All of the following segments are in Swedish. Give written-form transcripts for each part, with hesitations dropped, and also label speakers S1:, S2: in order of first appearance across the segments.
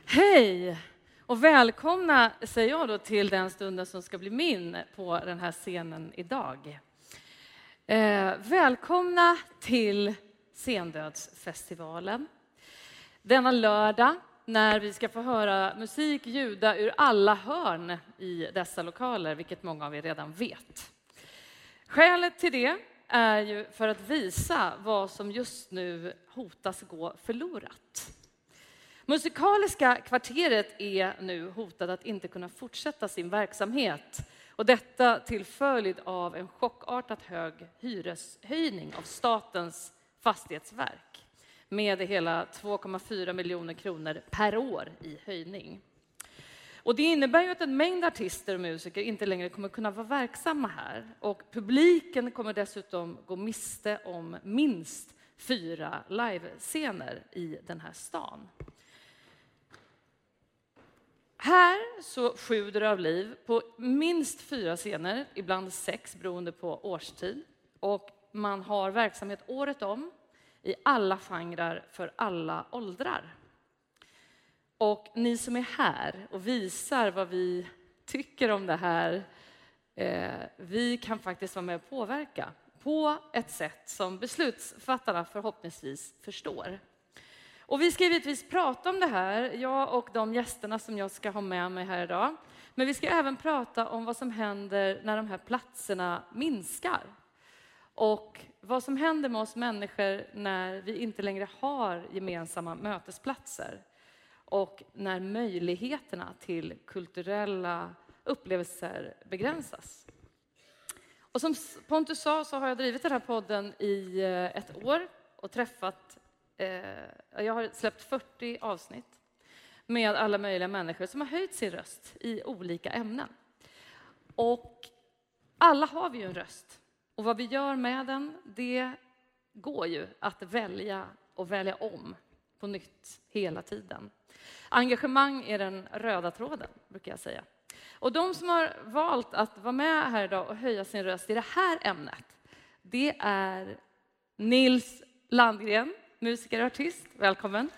S1: Hej och välkomna säger jag då till den stunden som ska bli min på den här scenen idag. Välkomna till Scendödsfestivalen. Denna lördag när vi ska få höra musik ljuda ur alla hörn i dessa lokaler, vilket många av er redan vet. Skälet till det är ju för att visa vad som just nu hotas gå förlorat. Musikaliska kvarteret är nu hotat att inte kunna fortsätta sin verksamhet. Och detta till följd av en chockartat hög hyreshöjning av statens fastighetsverk. Med det hela 2,4 miljoner kronor per år i höjning. Och det innebär ju att en mängd artister och musiker inte längre kommer kunna vara verksamma här. Och publiken kommer dessutom gå miste om minst 4 livescener i den här stan. Här så sjuder av liv på minst 4 scener, ibland 6 beroende på årstid. Och man har verksamhet året om i alla genrer för alla åldrar. Och ni som är här och visar vad vi tycker om det här, vi kan faktiskt vara med och påverka på ett sätt som beslutsfattarna förhoppningsvis förstår. Och vi ska givetvis prata om det här, jag och de gästerna som jag ska ha med mig här idag. Men vi ska även prata om vad som händer när de här platserna minskar. Och vad som händer med oss människor när vi inte längre har gemensamma mötesplatser. Och när möjligheterna till kulturella upplevelser begränsas. Och som Pontus sa så har jag drivit den här podden i 1 år och träffat. Jag har släppt 40 avsnitt med alla möjliga människor som har höjt sin röst i olika ämnen. Och alla har vi ju en röst. Och vad vi gör med den, det går ju att välja och välja om på nytt hela tiden. Engagemang är den röda tråden, brukar jag säga. Och de som har valt att vara med här idag och höja sin röst i det här ämnet, det är Nils Landgren, musiker och artist. Välkommen.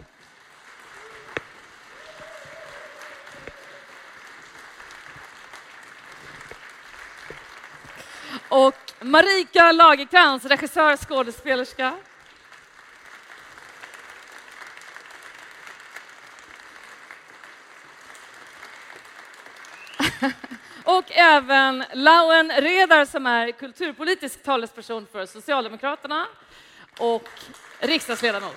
S1: Och Marika Lagercrantz, regissör, skådespelerska. Och även Lauen Redar som är kulturpolitisk talesperson för Socialdemokraterna och riksdagsledamot.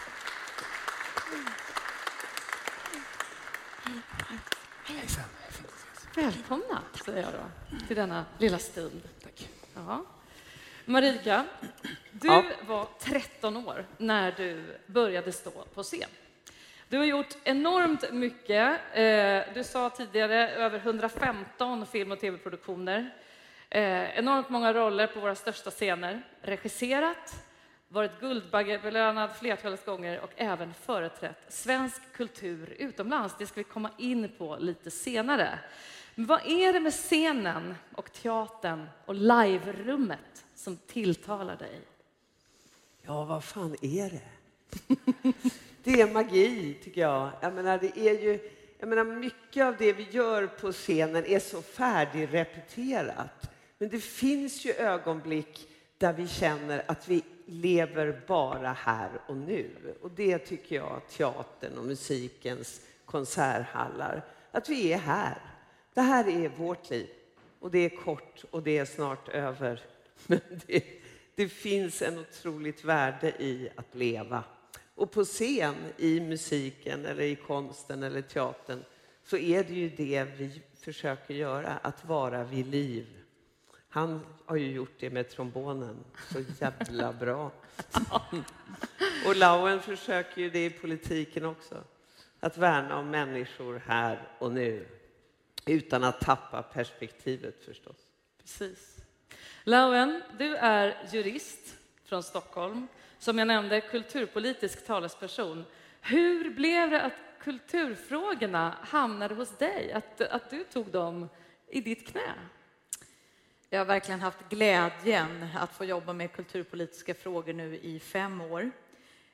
S1: Välkomna, säger jag då, till denna lilla stund.
S2: Tack.
S1: Ja. Marika, du var 13 år när du började stå på scen. Du har gjort enormt mycket. Du sa tidigare över 115 film- och tv-produktioner. Enormt många roller på våra största scener. Regisserat, varit Guldbaggebelönad flertalet gånger och även företrätt svensk kultur utomlands. Det ska vi komma in på lite senare. Men vad är det med scenen och teatern och live-rummet som tilltalar dig?
S2: Ja, vad fan är det? Det är magi, tycker jag. Jag menar, mycket av det vi gör på scenen är så färdigrepeterat. Men det finns ju ögonblick där vi känner att vi lever bara här och nu. Och det tycker jag teatern och musikens konserthallar. Att vi är här. Det här är vårt liv. Och det är kort och det är snart över. Men det finns en otroligt värde i att leva. Och på scen, i musiken eller i konsten eller teatern, så är det ju det vi försöker göra, att vara vid liv. Han har ju gjort det med trombonen så jävla bra. Och Lauen försöker ju det i politiken också. Att värna om människor här och nu. Utan att tappa perspektivet förstås.
S1: Precis. Lauen, du är jurist från Stockholm. Som jag nämnde, kulturpolitisk talesperson. Hur blev det att kulturfrågorna hamnade hos dig? Att du tog dem i ditt knä?
S3: Jag har verkligen haft glädjen att få jobba med kulturpolitiska frågor nu i 5 år.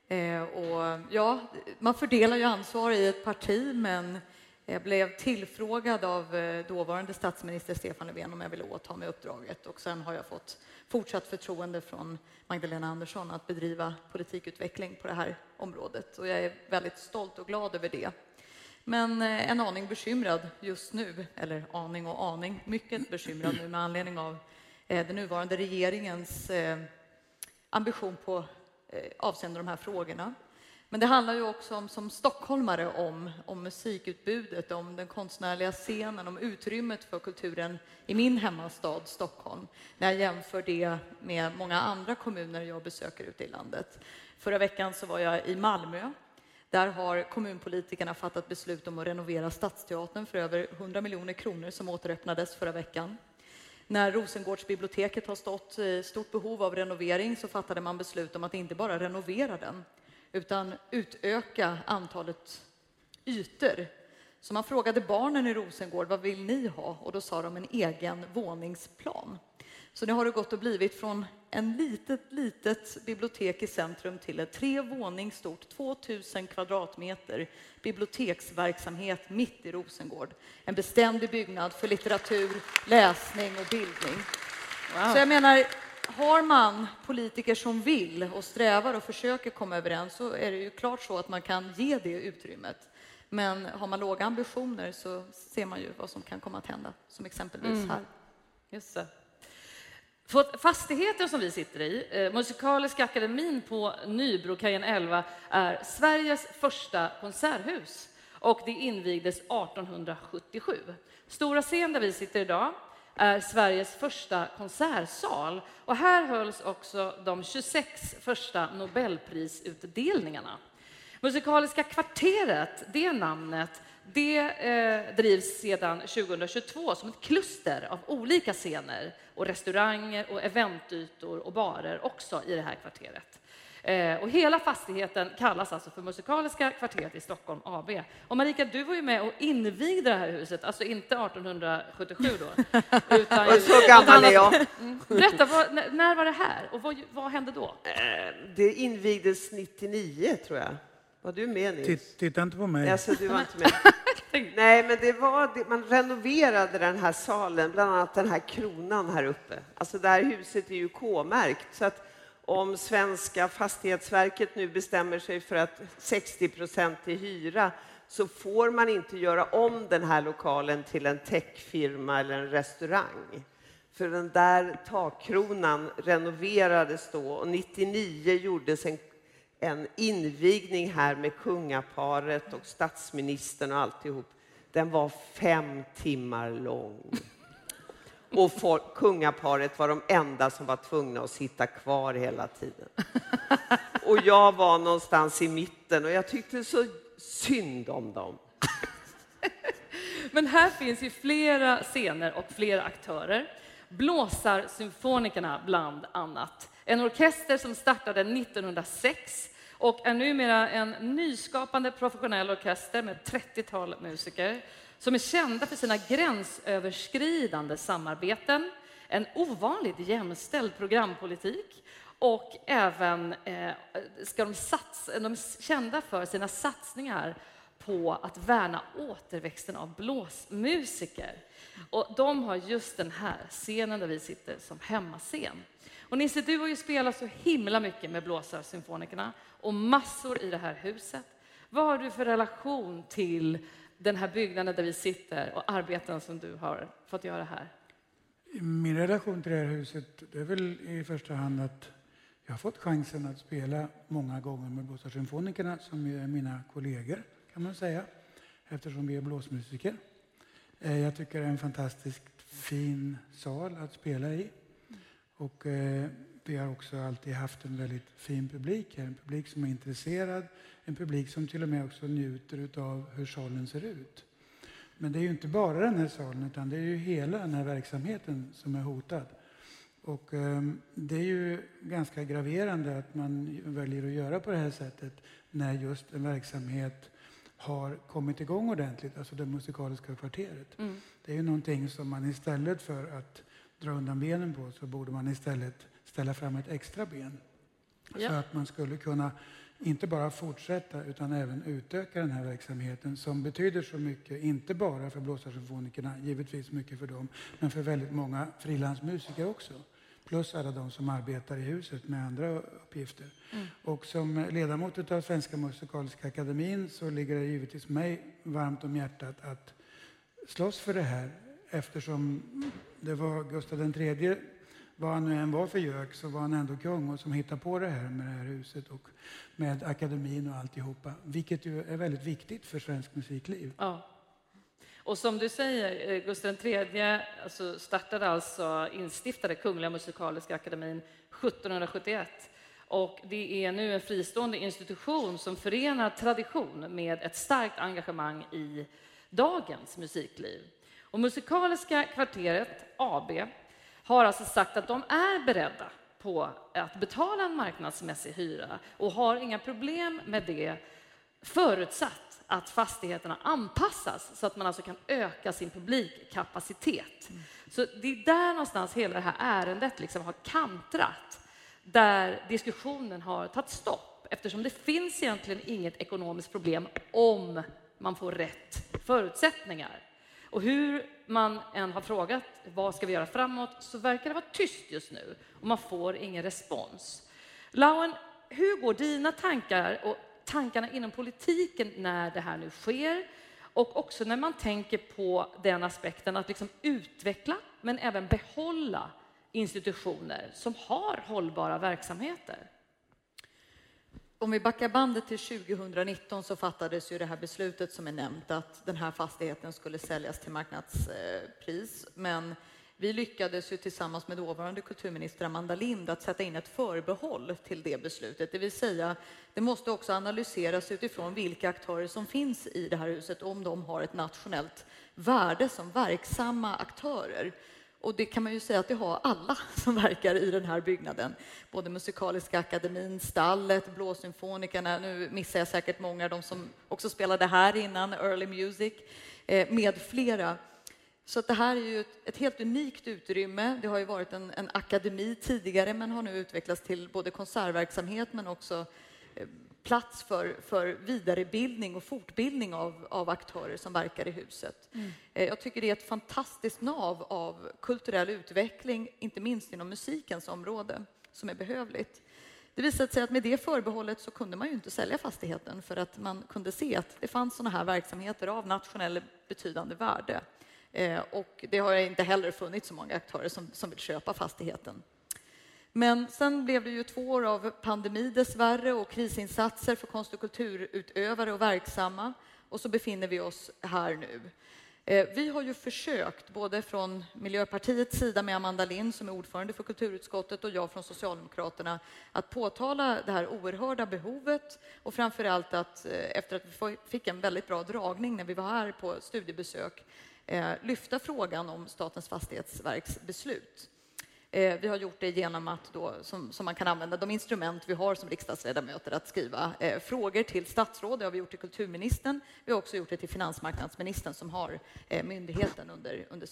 S3: Och ja, man fördelar ju ansvar i ett parti, men jag blev tillfrågad av dåvarande statsminister Stefan Löfven om jag ville åta mig uppdraget. Och sen har jag fått fortsatt förtroende från Magdalena Andersson att bedriva politikutveckling på det här området. Och jag är väldigt stolt och glad över det. Men en aning bekymrad just nu, eller mycket bekymrad nu med anledning av den nuvarande regeringens ambition på avseende de här frågorna. Men det handlar ju också som stockholmare om musikutbudet, om den konstnärliga scenen, om utrymmet för kulturen i min hemmastad Stockholm. När jag jämför det med många andra kommuner jag besöker ute i landet. Förra veckan så var jag i Malmö. Där har kommunpolitikerna fattat beslut om att renovera Stadsteatern för över 100 miljoner kronor som återöppnades förra veckan. När Rosengårdsbiblioteket har stått i stort behov av renovering så fattade man beslut om att inte bara renovera den utan utöka antalet ytor. Så man frågade barnen i Rosengård, vad vill ni ha? Och då sa de en egen våningsplan. Så nu har det gått och blivit från en litet bibliotek i centrum till ett 3 våning stort, 2000 kvadratmeter biblioteksverksamhet mitt i Rosengård. En beständig byggnad för litteratur, läsning och bildning. Wow. Så jag menar, har man politiker som vill och strävar och försöker komma överens så är det ju klart så att man kan ge det utrymmet. Men har man låga ambitioner så ser man ju vad som kan komma att hända, som exempelvis här.
S1: Just det. Fastigheten som vi sitter i, Musikaliska akademin på Nybrokajen 11, är Sveriges första konserthus och det invigdes 1877. Stora scen där vi sitter idag är Sveriges första konsertsal och här hölls också de 26 första Nobelprisutdelningarna. Musikaliska kvarteret, det namnet, det drivs sedan 2022 som ett kluster av olika scener och restauranger och eventytor och barer också i det här kvarteret. Och hela fastigheten kallas alltså för Musikaliska kvarteret i Stockholm AB. Och Marika, du var ju med och invigde det här huset, alltså inte 1877 då. Utan
S2: så gammal är jag.
S1: Berätta, när var det här och vad hände då?
S2: Det invigdes 99 tror jag. Var du med, Nils?
S4: Titta inte på mig.
S2: Alltså, du var inte med. Nej, men man renoverade den här salen, bland annat den här kronan här uppe. Alltså det här huset är ju K-märkt, så att om Svenska Fastighetsverket nu bestämmer sig för att 60% i hyra så får man inte göra om den här lokalen till en techfirma eller en restaurang. För den där takkronan renoverades då och 99 gjordes en invigning här med kungaparet och statsministern och alltihop. Den var 5 timmar lång. Och kungaparet var de enda som var tvungna att sitta kvar hela tiden. Och jag var någonstans i mitten och jag tyckte så synd om dem.
S1: Men här finns ju flera scener och flera aktörer. Blåsarsymfonikerna bland annat. En orkester som startade 1906 och är numera en nyskapande professionell orkester med 30-tal musiker som är kända för sina gränsöverskridande samarbeten, en ovanligt jämställd programpolitik och även de är kända för sina satsningar på att värna återväxten av blåsmusiker. Och de har just den här scenen där vi sitter som hemmascen. Och Nisse, du har ju spelat så himla mycket med blåsarsymfonikerna och massor i det här huset. Vad har du för relation till den här byggnaden där vi sitter och arbeten som du har fått göra här?
S4: Min relation till det här huset, det är väl i första hand att jag har fått chansen att spela många gånger med blåsarsymfonikerna som är mina kollegor, kan man säga, eftersom vi är blåsmusiker. Jag tycker det är en fantastiskt fin sal att spela i. Och vi har också alltid haft en väldigt fin publik. En publik som är intresserad. En publik som till och med också njuter av hur salen ser ut. Men det är ju inte bara den här salen utan det är ju hela den här verksamheten som är hotad. Och det är ju ganska graverande att man väljer att göra på det här sättet när just en verksamhet har kommit igång ordentligt, alltså det musikaliska kvarteret. Mm. Det är ju någonting som man istället för att dra undan benen på så borde man istället ställa fram ett extra ben. Ja. Så att man skulle kunna inte bara fortsätta utan även utöka den här verksamheten som betyder så mycket, inte bara för blåsarsymfonikerna, givetvis mycket för dem, men för väldigt många frilansmusiker också. Plus alla de som arbetar i huset med andra uppgifter. Och som ledamot av Svenska Musikaliska Akademin så ligger det givetvis mig varmt om hjärtat att slåss för det här, eftersom det var Gustav III, vad han nu än var för gök, så var han ändå kung och som hittade på det här med det här huset och med akademin och alltihopa, vilket ju är väldigt viktigt för svensk musikliv.
S1: Ja. Och som du säger, Gustav III instiftade Kungliga Musikaliska Akademin 1771. Och det är nu en fristående institution som förenar tradition med ett starkt engagemang i dagens musikliv. Och Musikaliska kvarteret AB har alltså sagt att de är beredda på att betala en marknadsmässig hyra och har inga problem med det, förutsatt att fastigheterna anpassas så att man alltså kan öka sin publikkapacitet. Så det är där någonstans hela det här ärendet liksom har kantrat, där diskussionen har tagit stopp, eftersom det finns egentligen inget ekonomiskt problem om man får rätt förutsättningar. Och hur man än har frågat vad ska vi göra framåt, så verkar det vara tyst just nu och man får ingen respons. Lauen, hur går dina tankar och tankarna inom politiken när det här nu sker? Och också när man tänker på den aspekten att liksom utveckla men även behålla institutioner som har hållbara verksamheter.
S3: Om vi backar bandet till 2019 så fattades ju det här beslutet som är nämnt att den här fastigheten skulle säljas till marknadspris. Men vi lyckades ju tillsammans med dåvarande kulturminister Amanda Lind att sätta in ett förbehåll till det beslutet. Det vill säga, det måste också analyseras utifrån vilka aktörer som finns i det här huset, om de har ett nationellt värde som verksamma aktörer. Och det kan man ju säga att det har alla som verkar i den här byggnaden. Både Musikaliska akademin, Stallet, Blåsymfonikerna, nu missar jag säkert många, de som också spelade här innan, Early Music, med flera. Så att det här är ju ett helt unikt utrymme. Det har ju varit en akademi tidigare, men har nu utvecklats till både konsertverksamhet men också plats för vidarebildning och fortbildning av aktörer som verkar i huset. Jag tycker det är ett fantastiskt nav av kulturell utveckling, inte minst inom musikens område, som är behövligt. Det visade sig att med det förbehållet så kunde man ju inte sälja fastigheten, för att man kunde se att det fanns sådana här verksamheter av nationell betydande värde. Och det har inte heller funnits så många aktörer som vill köpa fastigheten. Men sen blev det ju 2 år av pandemi dessvärre och krisinsatser för konst- och kulturutövare och verksamma. Och så befinner vi oss här nu. Vi har ju försökt, både från Miljöpartiets sida med Amanda Lind som är ordförande för kulturutskottet och jag från Socialdemokraterna, att påtala det här oerhörda behovet och framförallt att efter att vi fick en väldigt bra dragning när vi var här på studiebesök, lyfta frågan om Statens fastighetsverks beslut. Vi har gjort det genom att då, som man kan använda de instrument vi har som riksdagsledamöter att skriva frågor till statsråd. Det har vi gjort till kulturministern. Vi har också gjort det till finansmarknadsministern som har myndigheten under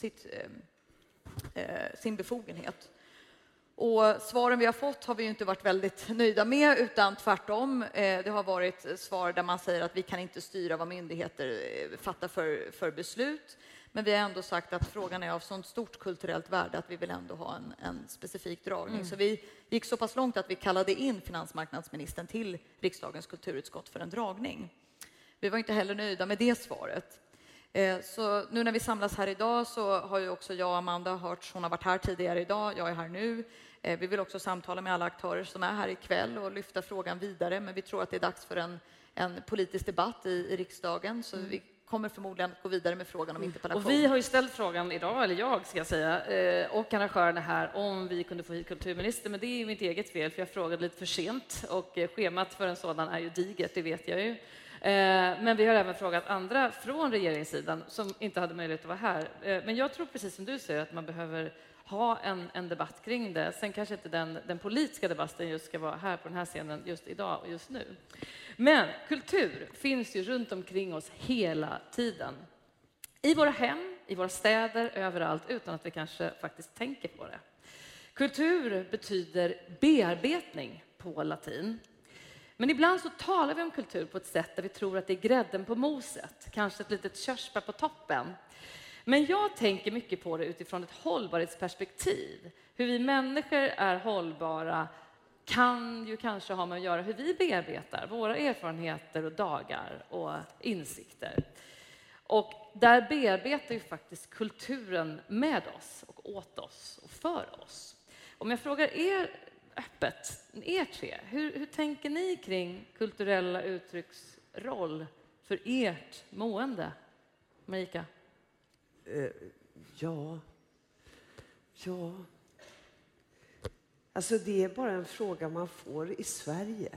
S3: sin befogenhet. Och svaren vi har fått har vi ju inte varit väldigt nöjda med, utan tvärtom. Det har varit svar där man säger att vi kan inte styra vad myndigheter fattar för beslut. Men vi har ändå sagt att frågan är av sånt stort kulturellt värde att vi vill ändå ha en specifik dragning. Så vi gick så pass långt att vi kallade in finansmarknadsministern till riksdagens kulturutskott för en dragning. Vi var inte heller nöjda med det svaret. Så nu när vi samlas här idag så har ju också jag och Amanda hört, hon har varit här tidigare idag, jag är här nu. Vi vill också samtala med alla aktörer som är här ikväll och lyfta frågan vidare. Men vi tror att det är dags för en politisk debatt i riksdagen. Så vi kommer förmodligen att gå vidare med frågan om interpellation.
S1: Och vi har ju ställt frågan idag, eller jag ska jag säga, och arrangörerna här om vi kunde få hit kulturminister. Men det är ju mitt eget fel, för jag frågade lite för sent och schemat för en sådan är ju digert, det vet jag ju. Men vi har även frågat andra från regeringssidan som inte hade möjlighet att vara här. Men jag tror precis som du säger att man behöver ha en debatt kring det. Sen kanske inte den politiska debatten just ska vara här på den här scenen just idag och just nu. Men kultur finns ju runt omkring oss hela tiden. I våra hem, i våra städer, överallt, utan att vi kanske faktiskt tänker på det. Kultur betyder bearbetning på latin. Men ibland så talar vi om kultur på ett sätt där vi tror att det är grädden på moset. Kanske ett litet körsbär på toppen. Men jag tänker mycket på det utifrån ett hållbarhetsperspektiv. Hur vi människor är hållbara kan ju kanske ha med att göra hur vi bearbetar våra erfarenheter och dagar och insikter. Och där bearbetar ju faktiskt kulturen med oss och åt oss och för oss. Om jag frågar er öppet, er tre, hur tänker ni kring kulturella uttrycks roll för ert mående? Marika?
S2: Ja. Alltså det är bara en fråga man får i Sverige.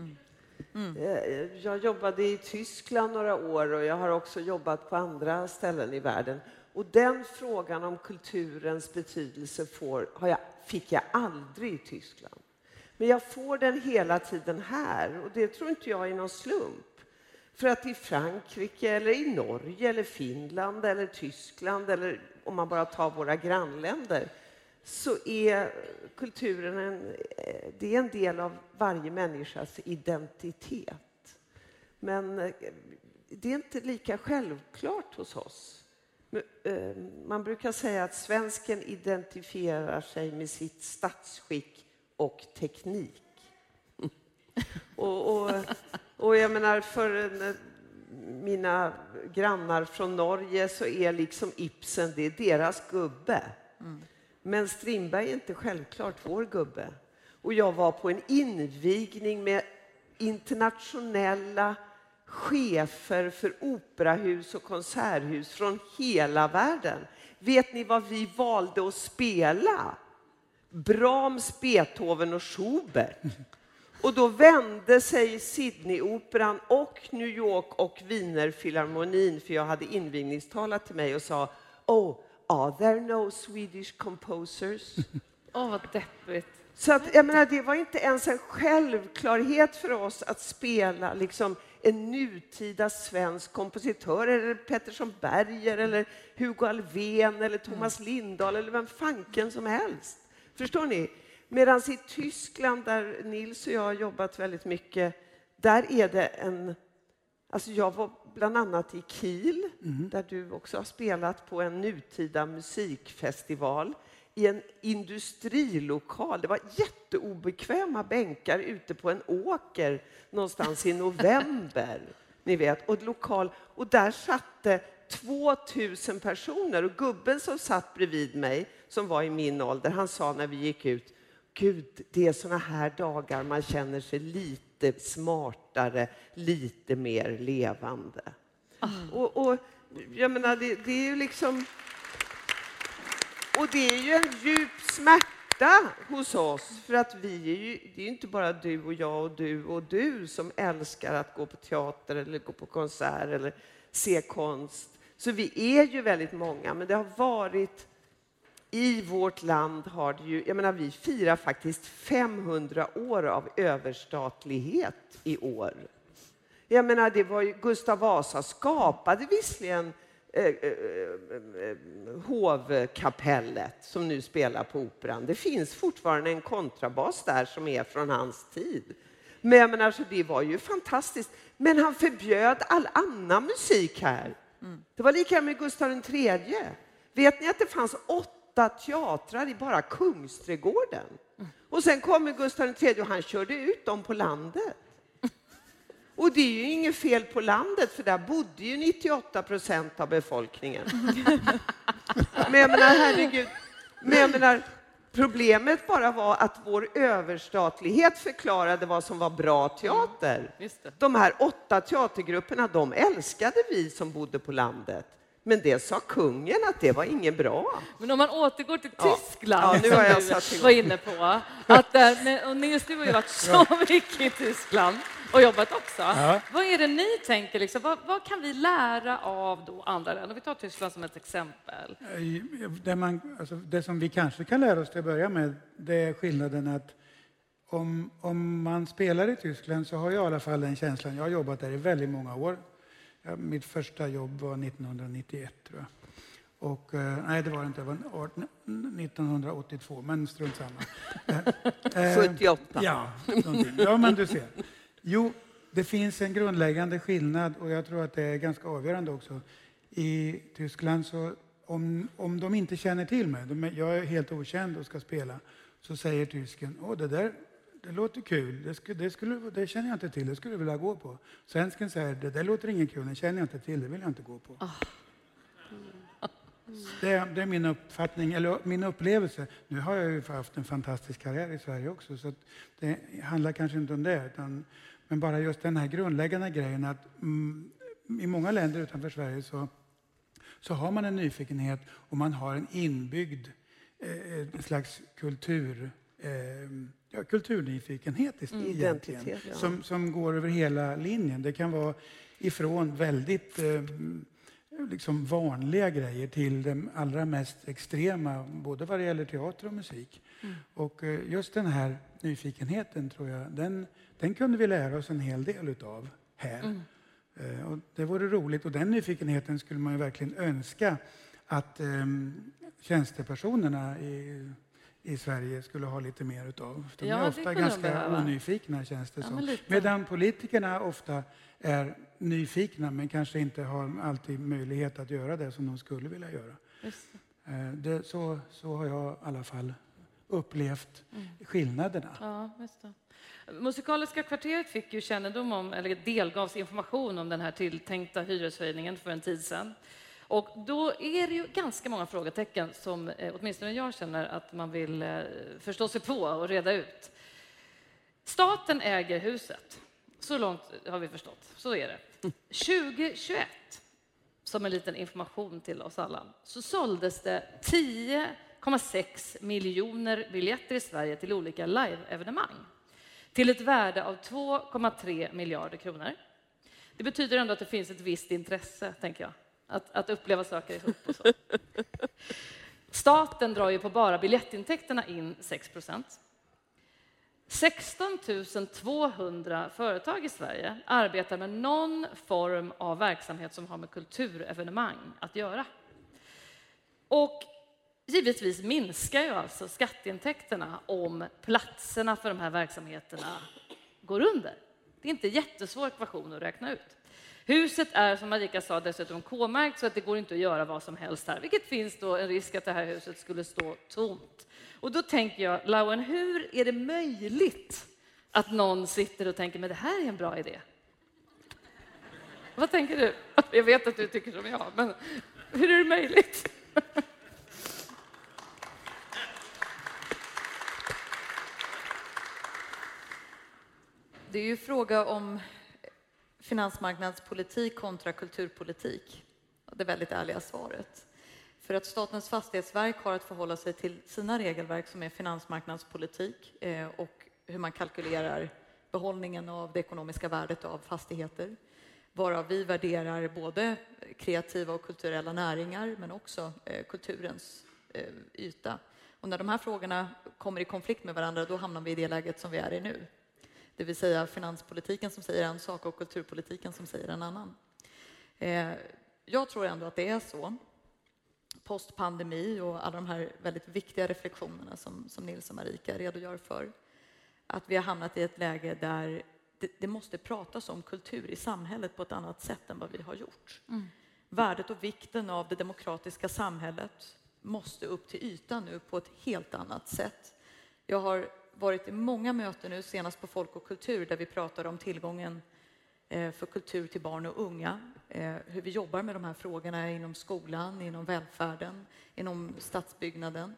S2: Jag jobbade i Tyskland några år och jag har också jobbat på andra ställen i världen. Och den frågan om kulturens betydelse fick jag aldrig i Tyskland. Men jag får den hela tiden här och det tror inte jag är någon slump. För att i Frankrike eller i Norge eller Finland eller Tyskland eller om man bara tar våra grannländer så är kulturen det är en del av varje människas identitet. Men det är inte lika självklart hos oss. Man brukar säga att svensken identifierar sig med sitt statsskick och teknik. Och jag menar för mina grannar från Norge så är liksom Ibsen, det är deras gubbe. Men Strindberg är inte självklart vår gubbe. Och jag var på en invigning med internationella chefer för operahus och konserthus från hela världen. Vet ni vad vi valde att spela? Brahms, Beethoven och Schubert. Och då vände sig Sydneyoperan och New York och Wienerfilharmonin, för jag hade invigningstalat till mig och sa: are there no Swedish composers?
S1: Vad deppigt.
S2: Så att, jag menar, det var inte ens en självklarhet för oss att spela liksom en nutida svensk kompositör eller Pettersson Berger eller Hugo Alfvén eller Thomas Lindahl eller vem fanken som helst. Förstår ni? Medan i Tyskland, där Nils och jag har jobbat väldigt mycket, där är det alltså jag var bland annat i Kiel, där du också har spelat på en nutida musikfestival, i en industrilokal. Det var jätteobekväma bänkar ute på en åker någonstans i november, ni vet. Och där satt 2000 personer, och gubben som satt bredvid mig, som var i min ålder, han sa när vi gick ut: Gud, det är såna här dagar man känner sig lite smartare, lite mer levande. Och jag menar, det är ju liksom... Och det är ju en djup smärta hos oss, för att det är ju inte bara du och jag och du och du som älskar att gå på teater eller gå på konsert eller se konst. Så vi är ju väldigt många, men det har varit... I vårt land har det ju, jag menar, vi firar faktiskt 500 år av överstatlighet i år. Jag menar, det var ju Gustav Vasa skapade visserligen hovkapellet som nu spelar på operan. Det finns fortfarande en kontrabas där som är från hans tid. Men jag menar, så det var ju fantastiskt. Men han förbjöd all annan musik här. Det var lika med Gustav III. Vet ni att det fanns 8 teatrar i bara Kungsträdgården? Och sen kommer Gustav III och han körde ut dem på landet. Och det är ju inget fel på landet, för där bodde ju 98% av befolkningen. Men jag menar, herregud. Men jag menar, problemet bara var att vår överstatlighet förklarade vad som var bra teater. De här 8 teatergrupperna, de älskade vi som bodde på landet. Men det sa kungen att det var inget bra.
S1: Men om man återgår till Tyskland,
S2: ja, nu har jag
S1: som du var inne på, att och Nils, du har ju varit så mycket i Tyskland och jobbat också. Ja. Vad är det ni tänker, liksom, vad kan vi lära av då andra länder? Vi tar Tyskland som ett exempel.
S4: Det som vi kanske kan lära oss till att börja med, det är skillnaden att om man spelar i Tyskland så har jag i alla fall den känslan. Jag har jobbat där i väldigt många år. Mitt första jobb var 1991, tror jag. Och, nej, det var inte. Det var 1982, men strunt samma.
S2: 78.
S4: Ja, någonting. Ja, men du ser. Jo, det finns en grundläggande skillnad och jag tror att det är ganska avgörande också. I Tyskland så om de inte känner till mig, jag är helt okänd och ska spela, så säger tysken, det låter kul, det känner jag inte till, det skulle jag vilja gå på. Svensken säger, det där låter ingen kul, det känner jag inte till, det vill jag inte gå på. Det är min uppfattning, eller min upplevelse. Nu har jag ju haft en fantastisk karriär i Sverige också, så att det handlar kanske inte om det, men bara just den här grundläggande grejen att i många länder utanför Sverige så har man en nyfikenhet och man har en inbyggd slags kulturnyfikenhet
S2: Identitet, ja.
S4: som går över hela linjen. Det kan vara ifrån väldigt liksom vanliga grejer till de allra mest extrema, både vad det gäller teater och musik. Och just den här nyfikenheten tror jag, den kunde vi lära oss en hel del utav här. Och det vore roligt, och den nyfikenheten skulle man ju verkligen önska att tjänstepersonerna i Sverige skulle ha lite mer utav. De är ofta ganska onyfikna, känns det som. Medan politikerna ofta är nyfikna men kanske inte har alltid möjlighet att göra det som de skulle vilja göra. Så har jag i alla fall upplevt skillnaderna.
S1: Ja, just det. Musikaliska kvarteret fick ju kännedom om, eller delgavs information om den här tilltänkta hyreshöjningen för en tid sedan. Och då är det ju ganska många frågetecken som åtminstone jag känner att man vill förstå sig på och reda ut. Staten äger huset. Så långt har vi förstått. Så är det. 2021, som en liten information till oss alla, så såldes det 10,6 miljoner biljetter i Sverige till olika live-evenemang. Till ett värde av 2,3 miljarder kronor. Det betyder ändå att det finns ett visst intresse, tänker jag. Att uppleva saker ihop och så. Staten drar ju på bara biljettintäkterna in 6%. 16 200 företag i Sverige arbetar med någon form av verksamhet som har med kulturevenemang att göra. Och givetvis minskar ju alltså skatteintäkterna om platserna för de här verksamheterna går under. Det är inte en jättesvår ekvation att räkna ut. Huset är, som Marika sa, dessutom K-märkt så att det går inte att göra vad som helst här. Vilket finns då en risk att det här huset skulle stå tomt. Och då tänker jag, Lauen, hur är det möjligt att någon sitter och tänker, men det här är en bra idé? Vad tänker du? Jag vet att du tycker som jag, men hur är det möjligt?
S3: Det är ju fråga om finansmarknadspolitik kontra kulturpolitik. Det väldigt ärliga svaret. För att Statens fastighetsverk har att förhålla sig till sina regelverk som är finansmarknadspolitik och hur man kalkylerar behållningen av det ekonomiska värdet av fastigheter. Varav vi värderar både kreativa och kulturella näringar men också kulturens yta. Och när de här frågorna kommer i konflikt med varandra, då hamnar vi i det läget som vi är i nu. Det vill säga finanspolitiken som säger en sak och kulturpolitiken som säger en annan. Jag tror ändå att det är så, postpandemi och alla de här väldigt viktiga reflektionerna som Nils och Marika redogör för, att vi har hamnat i ett läge där det måste pratas om kultur i samhället på ett annat sätt än vad vi har gjort. Värdet och vikten av det demokratiska samhället måste upp till ytan nu på ett helt annat sätt. Jag har varit i många möten nu, senast på Folk och kultur, där vi pratar om tillgången för kultur till barn och unga. Hur vi jobbar med de här frågorna inom skolan, inom välfärden, inom stadsbyggnaden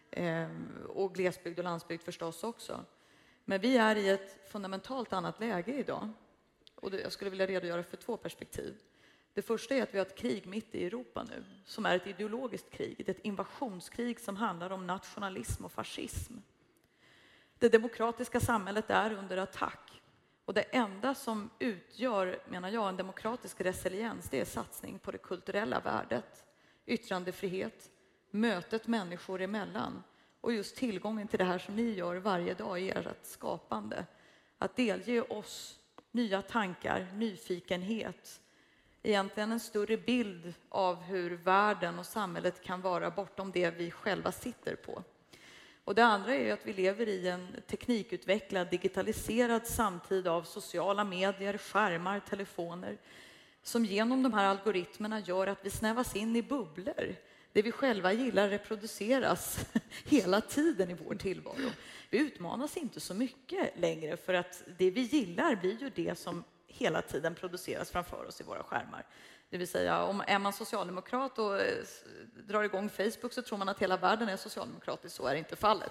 S3: och glesbygd och landsbygd förstås också. Men vi är i ett fundamentalt annat läge idag. Och jag skulle vilja redogöra för 2 perspektiv. Det första är att vi har ett krig mitt i Europa nu, som är ett ideologiskt krig. Det är ett invasionskrig som handlar om nationalism och fascism. Det demokratiska samhället är under attack. Och det enda som utgör, menar jag, en demokratisk resiliens, det är satsning på det kulturella värdet, yttrandefrihet, mötet människor emellan och just tillgången till det här som ni gör varje dag i ert skapande. Att delge oss nya tankar, nyfikenhet, egentligen en större bild av hur världen och samhället kan vara bortom det vi själva sitter på. Och det andra är ju att vi lever i en teknikutvecklad, digitaliserad samtid av sociala medier, skärmar, telefoner, som genom de här algoritmerna gör att vi snävas in i bubblor. Det vi själva gillar reproduceras hela tiden i vår tillvaro. Vi utmanas inte så mycket längre, för att det vi gillar blir ju det som hela tiden produceras framför oss i våra skärmar. Det vill säga, om är man socialdemokrat och drar igång Facebook så tror man att hela världen är socialdemokratisk. Så är inte fallet.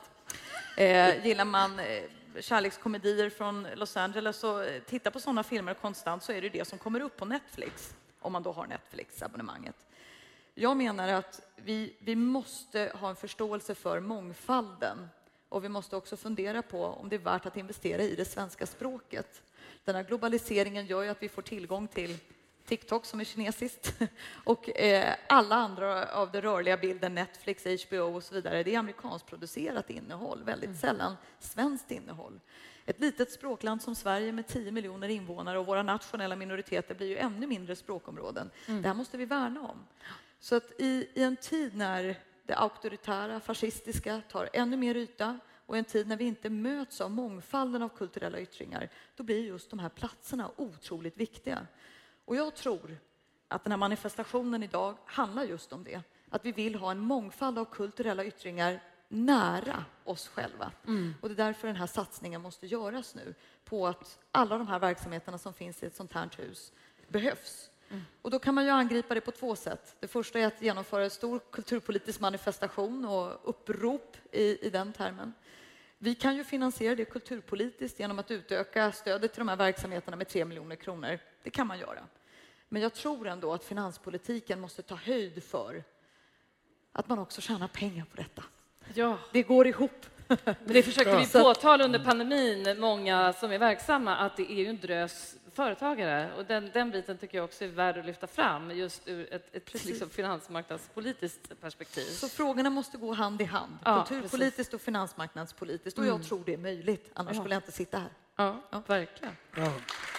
S3: Gillar man kärlekskomedier från Los Angeles så titta på sådana filmer konstant, så är det det som kommer upp på Netflix, om man då har Netflix-abonnemanget. Jag menar att vi måste ha en förståelse för mångfalden, och vi måste också fundera på om det är värt att investera i det svenska språket. Den här globaliseringen gör ju att vi får tillgång till TikTok som är kinesiskt och alla andra av det rörliga bilden, Netflix, HBO och så vidare. Det är amerikanskt-producerat innehåll, väldigt sällan svenskt innehåll. Ett litet språkland som Sverige med 10 miljoner invånare och våra nationella minoriteter blir ju ännu mindre språkområden. Det här måste vi värna om. Så att i en tid när det auktoritära, fascistiska tar ännu mer yta, och en tid när vi inte möts av mångfalden av kulturella yttringar, då blir just de här platserna otroligt viktiga. Och jag tror att den här manifestationen idag handlar just om det. Att vi vill ha en mångfald av kulturella yttringar nära oss själva. Och det är därför den här satsningen måste göras nu, på att alla de här verksamheterna som finns i ett sånt här hus behövs. Och då kan man ju angripa det på två sätt. Det första är att genomföra en stor kulturpolitisk manifestation och upprop i den termen. Vi kan ju finansiera det kulturpolitiskt genom att utöka stödet till de här verksamheterna med 3 miljoner kronor. Det kan man göra. Men jag tror ändå att finanspolitiken måste ta höjd för att man också tjänar pengar på detta.
S1: Ja.
S3: Det går ihop.
S1: Men det försökte vi påtala under pandemin, många som är verksamma, att det är ju en drös företagare. Och den biten tycker jag också är värd att lyfta fram, just ur ett liksom finansmarknadspolitiskt perspektiv.
S3: Så frågorna måste gå hand i hand, kulturpolitiskt och finansmarknadspolitiskt. Och jag tror det är möjligt, annars skulle jag inte sitta här.
S1: Ja, verkligen.
S4: Ja.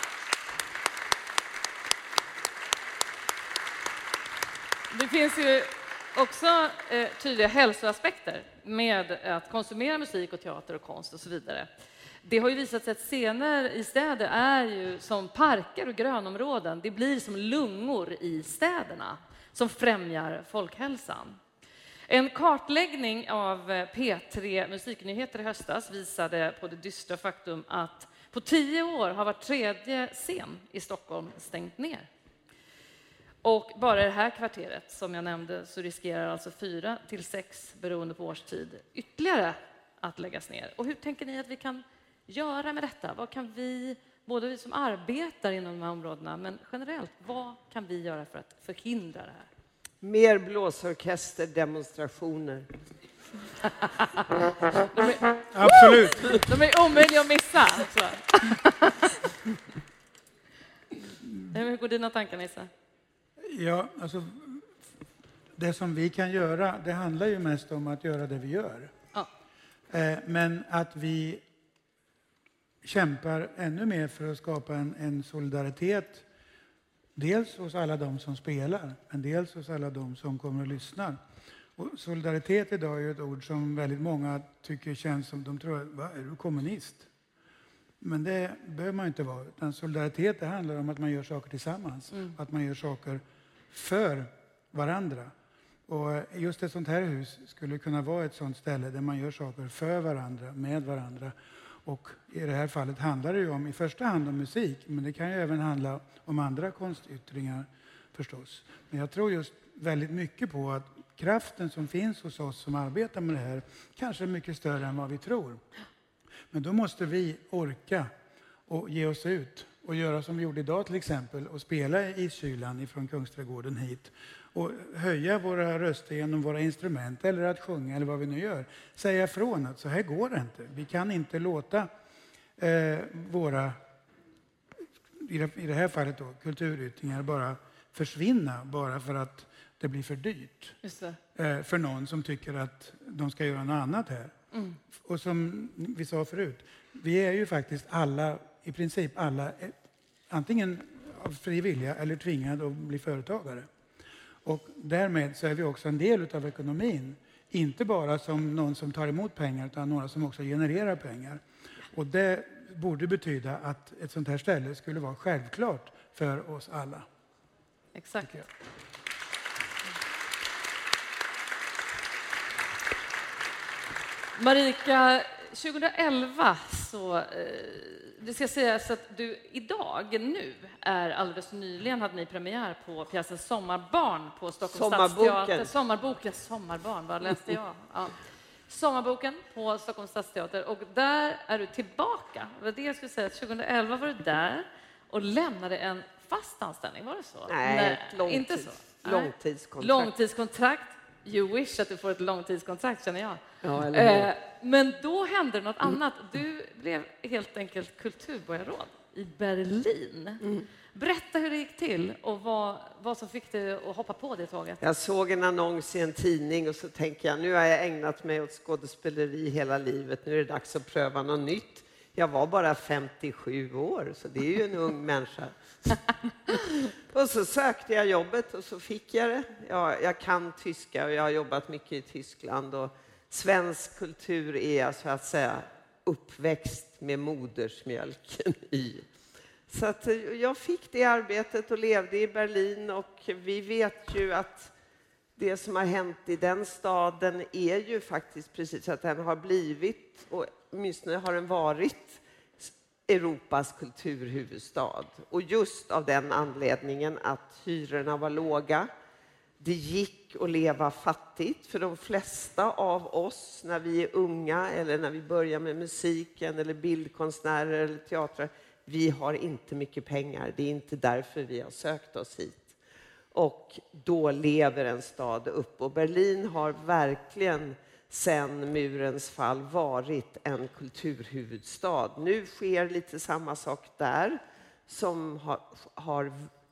S1: Det finns ju också tydliga hälsoaspekter med att konsumera musik och teater och konst och så vidare. Det har ju visat sig att scener i städer är ju som parker och grönområden. Det blir som lungor i städerna som främjar folkhälsan. En kartläggning av P3 Musiknyheter i höstas visade på det dystra faktum att på 10 år har var tredje scen i Stockholm stängt ner. Och bara i det här kvarteret, som jag nämnde, så riskerar alltså 4 till 6, beroende på årstid, ytterligare att läggas ner. Och hur tänker ni att vi kan göra med detta? Vad kan vi, både vi som arbetar inom de här områdena, men generellt, vad kan vi göra för att förhindra det här?
S2: Mer blåsorkester, demonstrationer.
S4: Absolut.
S1: De är omöjliga att missa. Alltså. Hur går dina tankar, Nissa?
S4: Ja, alltså, det som vi kan göra, det handlar ju mest om att göra det vi gör.
S1: Ja.
S4: Men att vi kämpar ännu mer för att skapa en solidaritet, dels hos alla de som spelar, men dels hos alla de som kommer och lyssnar. Och solidaritet idag är ju ett ord som väldigt många tycker känns som, de tror, är du kommunist? Men det behöver man inte vara. Utan solidaritet, det handlar om att man gör saker tillsammans. Att man gör saker för varandra. Och just ett sånt här hus skulle kunna vara ett sånt ställe där man gör saker för varandra, med varandra. Och i det här fallet handlar det ju om, i första hand om musik, men det kan ju även handla om andra konstyttringar förstås. Men jag tror just väldigt mycket på att kraften som finns hos oss som arbetar med det här kanske är mycket större än vad vi tror. Men då måste vi orka och ge oss ut och göra som vi gjorde idag till exempel, och spela i kylan ifrån Kungsträdgården hit och höja våra röster genom våra instrument eller att sjunga eller vad vi nu gör. Säga ifrån att så här går det inte. Vi kan inte låta våra, i det här fallet då, kulturyttringar bara försvinna bara för att det blir för dyrt.
S1: Just det.
S4: För någon som tycker att de ska göra något annat här. Och som vi sa förut, vi är ju faktiskt alla, i princip alla, antingen av fri vilja eller tvingade att bli företagare. Och därmed så är vi också en del av ekonomin Inte bara som någon som tar emot pengar utan några som också genererar pengar. Och det borde betyda att ett sånt här ställe skulle vara självklart för oss alla.
S1: Exakt. Marika, 2011 så det ska sägas att du idag nu är alldeles nyligen hade ni premiär på pjäsen Sommarbarn på Stockholms stadsteater. Sommarbarn, vad läste jag? Ja. Sommarboken på Stockholms stadsteater och där är du tillbaka. Det var det jag skulle säga. 2011 var du där och lämnade en fast anställning, var det så?
S2: Nej,
S1: inte så.
S2: Långtidskontrakt.
S1: Långtidskontrakt. You wish att du får ett långtidskontrakt, känner jag.
S2: Ja, eller
S1: men då hände något annat. Du blev helt enkelt kulturborgarråd i Berlin. Berätta hur det gick till och vad som fick dig att hoppa på det tåget.
S2: Jag såg en annons i en tidning och så tänker jag, nu har jag ägnat mig åt skådespeleri hela livet. Nu är det dags att pröva något nytt. Jag var bara 57 år, så det är ju en ung människa. Och så sökte jag jobbet och så fick jag det. Jag kan tyska och jag har jobbat mycket i Tyskland. Och svensk kultur är så att säga uppväxt med modersmjölken i. Så att jag fick det arbetet och levde i Berlin. Och vi vet ju att det som har hänt i den staden är ju faktiskt precis att den har blivit, och åtminstone har den varit, Europas kulturhuvudstad. Och just av den anledningen att hyrorna var låga. Det gick att leva fattigt för de flesta av oss när vi är unga eller när vi börjar med musiken eller bildkonstnärer eller teatrar. Vi har inte mycket pengar. Det är inte därför vi har sökt oss hit. Och då lever en stad upp. Och Berlin har verkligen sedan murens fall varit en kulturhuvudstad. Nu sker lite samma sak där som har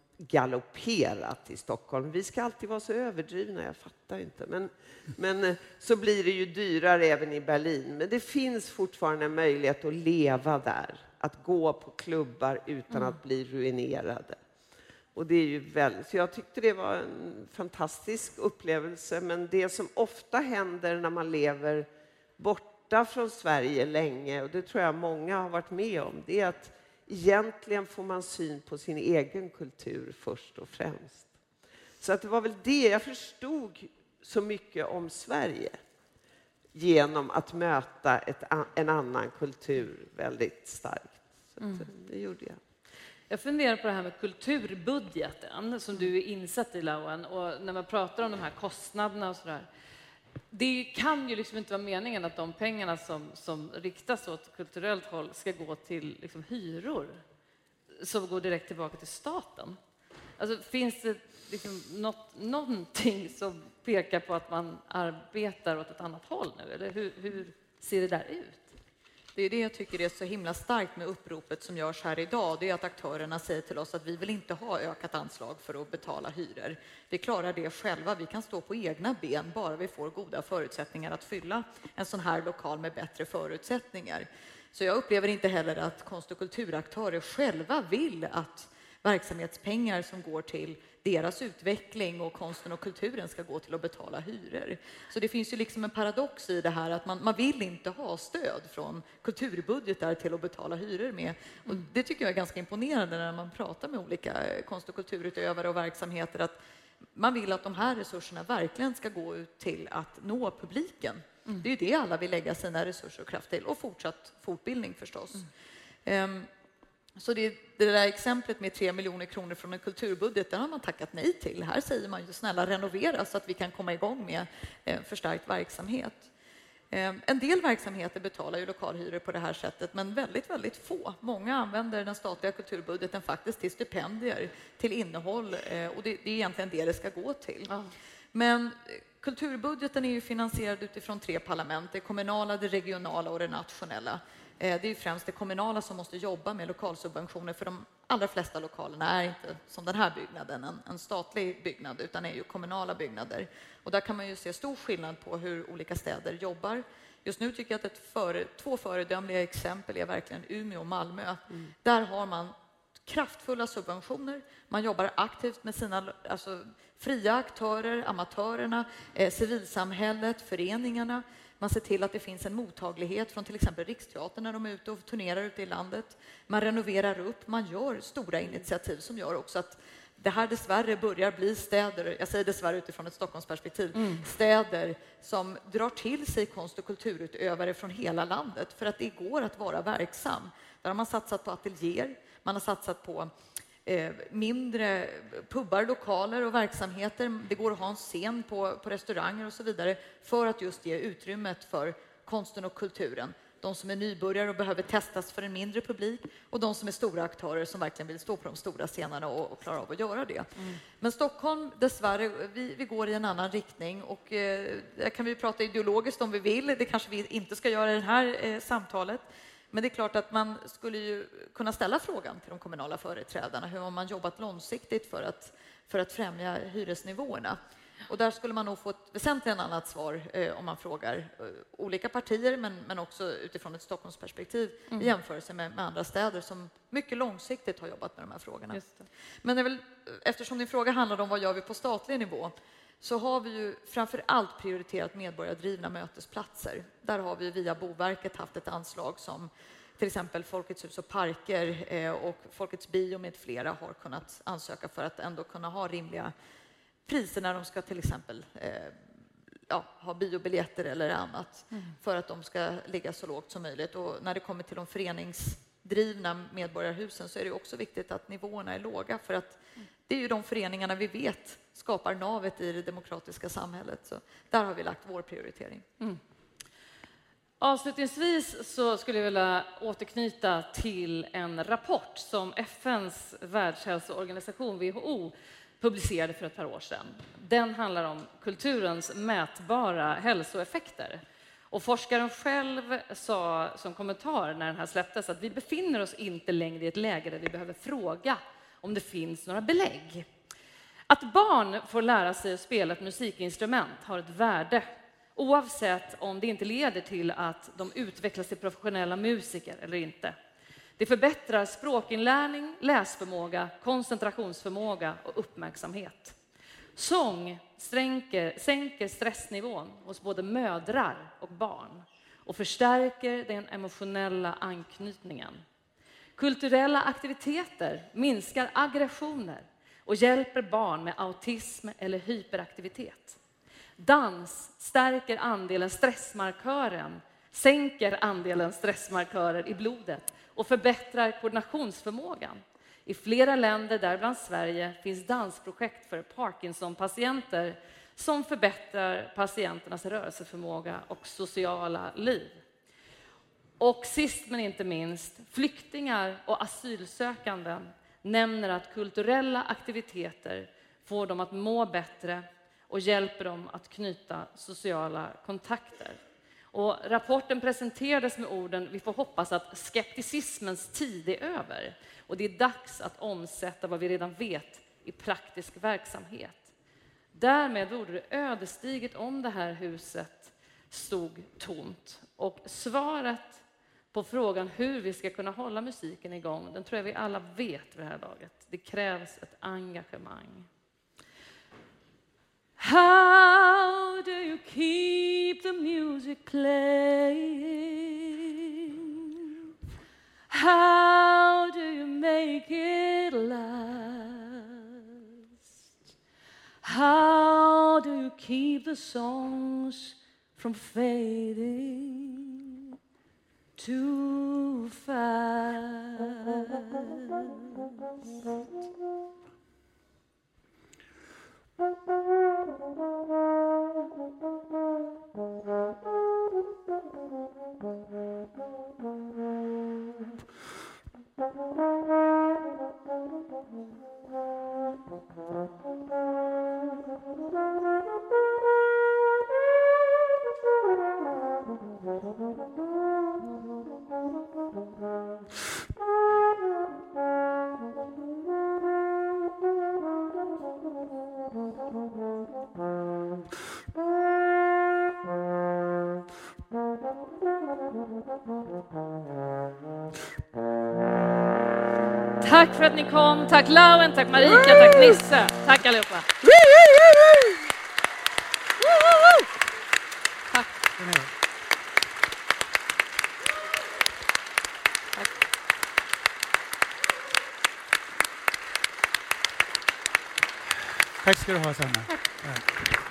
S2: galopperat i Stockholm. Vi ska alltid vara så överdrivna, jag fattar inte. Men så blir det ju dyrare även i Berlin. Men det finns fortfarande en möjlighet att leva där. Att gå på klubbar utan att bli ruinerade. Och det är ju väldigt, så jag tyckte det var en fantastisk upplevelse. Men det som ofta händer när man lever borta från Sverige länge, och det tror jag många har varit med om, det är att egentligen får man syn på sin egen kultur först och främst. Så att det var väl det, jag förstod så mycket om Sverige genom att möta en annan kultur väldigt starkt. Så att det gjorde jag.
S1: Jag funderar på det här med kulturbudgeten som du är insatt i, Lauen, och när man pratar om de här kostnaderna och sådär. Det kan ju liksom inte vara meningen att de pengarna som riktas åt kulturellt håll ska gå till liksom hyror som går direkt tillbaka till staten. Alltså, finns det liksom någonting som pekar på att man arbetar åt ett annat håll nu? Eller hur ser det där ut?
S3: Det är det jag tycker är så himla starkt med uppropet som görs här idag. Det är att aktörerna säger till oss att vi vill inte ha ökat anslag för att betala hyror. Vi klarar det själva. Vi kan stå på egna ben bara vi får goda förutsättningar att fylla en sån här lokal med bättre förutsättningar. Så jag upplever inte heller att konst- och kulturaktörer själva vill att verksamhetspengar som går till deras utveckling och konsten och kulturen ska gå till att betala hyror. Så det finns ju liksom en paradox i det här att man vill inte ha stöd från kulturbudgetar till att betala hyror med. Och det tycker jag är ganska imponerande när man pratar med olika konst- och kulturutövare och verksamheter, att man vill att de här resurserna verkligen ska gå ut till att nå publiken. Det är ju det alla vill lägga sina resurser och kraft till, och fortsatt fortbildning förstås. Så det där exemplet med 3 miljoner kronor från en kulturbudget, där har man tackat nej till. Här säger man ju snälla renovera så att vi kan komma igång med förstärkt verksamhet. En del verksamheter betalar ju lokalhyror på det här sättet, men väldigt, väldigt få. Många använder den statliga kulturbudgeten faktiskt till stipendier, till innehåll, och det är egentligen det ska gå till. Men kulturbudgeten är ju finansierad utifrån 3 parlament, det kommunala, det regionala och det nationella. Det är ju främst det kommunala som måste jobba med lokalsubventioner, för de allra flesta lokalerna är inte som den här byggnaden, en statlig byggnad, utan är ju kommunala byggnader. Och där kan man ju se stor skillnad på hur olika städer jobbar. Just nu tycker jag att 2 föredömliga exempel är verkligen Umeå och Malmö. Där har man kraftfulla subventioner. Man jobbar aktivt med sina fria aktörer, amatörerna, civilsamhället, föreningarna. Man ser till att det finns en mottaglighet från till exempel Riksteatern när de är ute och turnerar ute i landet. Man renoverar upp, man gör stora initiativ som gör också att det här dessvärre börjar bli städer, jag säger dessvärre utifrån ett Stockholmsperspektiv, städer som drar till sig konst- och kulturutövare från hela landet för att det går att vara verksam. Där har man satsat på ateljéer, man har satsat på mindre pubbar, lokaler och verksamheter. Det går att ha en scen på restauranger och så vidare för att just ge utrymmet för konsten och kulturen. De som är nybörjare och behöver testas för en mindre publik och de som är stora aktörer som verkligen vill stå på de stora scenerna och klara av att göra det. Men Stockholm, dessvärre, vi går i en annan riktning och där kan vi prata ideologiskt om vi vill. Det kanske vi inte ska göra i det här samtalet. Men det är klart att man skulle ju kunna ställa frågan till de kommunala företrädarna. Hur har man jobbat långsiktigt för att främja hyresnivåerna? Och där skulle man nog få ett väsentligen annat svar om man frågar olika partier men också utifrån ett Stockholmsperspektiv i jämförelse med andra städer som mycket långsiktigt har jobbat med de här frågorna. Men eftersom din fråga handlade om vad gör vi på statlig nivå så har vi ju framför allt prioriterat medborgardrivna mötesplatser. Där har vi via Boverket haft ett anslag som till exempel Folkets hus och parker och Folkets bio med flera har kunnat ansöka för att ändå kunna ha rimliga priser när de ska till exempel ha biobiljetter eller annat för att de ska ligga så lågt som möjligt. Och när det kommer till de föreningsdrivna medborgarhusen så är det också viktigt att nivåerna är låga för att det är ju de föreningarna vi vet skapar navet i det demokratiska samhället. Så där har vi lagt vår prioritering.
S1: Avslutningsvis så skulle jag vilja återknyta till en rapport som FN:s världshälsoorganisation WHO publicerade för ett par år sedan. Den handlar om kulturens mätbara hälsoeffekter. Och forskaren själv sa som kommentar när den här släpptes att vi befinner oss inte längre i ett läge där vi behöver fråga om det finns några belägg. Att barn får lära sig att spela ett musikinstrument har ett värde, oavsett om det inte leder till att de utvecklas till professionella musiker eller inte. Det förbättrar språkinlärning, läsförmåga, koncentrationsförmåga och uppmärksamhet. Sång sänker stressnivån hos både mödrar och barn och förstärker den emotionella anknytningen. Kulturella aktiviteter minskar aggressioner och hjälper barn med autism eller hyperaktivitet. Dans stärker andelen stressmarkören, sänker andelen stressmarkörer i blodet och förbättrar koordinationsförmågan. I flera länder, däribland Sverige, finns dansprojekt för Parkinson-patienter som förbättrar patienternas rörelseförmåga och sociala liv. Och sist men inte minst, flyktingar och asylsökanden nämner att kulturella aktiviteter får dem att må bättre och hjälper dem att knyta sociala kontakter. Och rapporten presenterades med orden: vi får hoppas att skepticismens tid är över och det är dags att omsätta vad vi redan vet i praktisk verksamhet. Därmed vore det ödesdigert om det här huset stod tomt. Och svaret på frågan hur vi ska kunna hålla musiken igång, den tror jag vi alla vet vid det här laget. Det krävs ett engagemang. How do you keep the music playing? How do you make it last? How do you keep the songs from fading too fast? Tack för att ni kom. Tack Lauen, tack Marika, tack Nisse. Tack allihopa. Tack.
S4: Tack ska du ha, Sanna.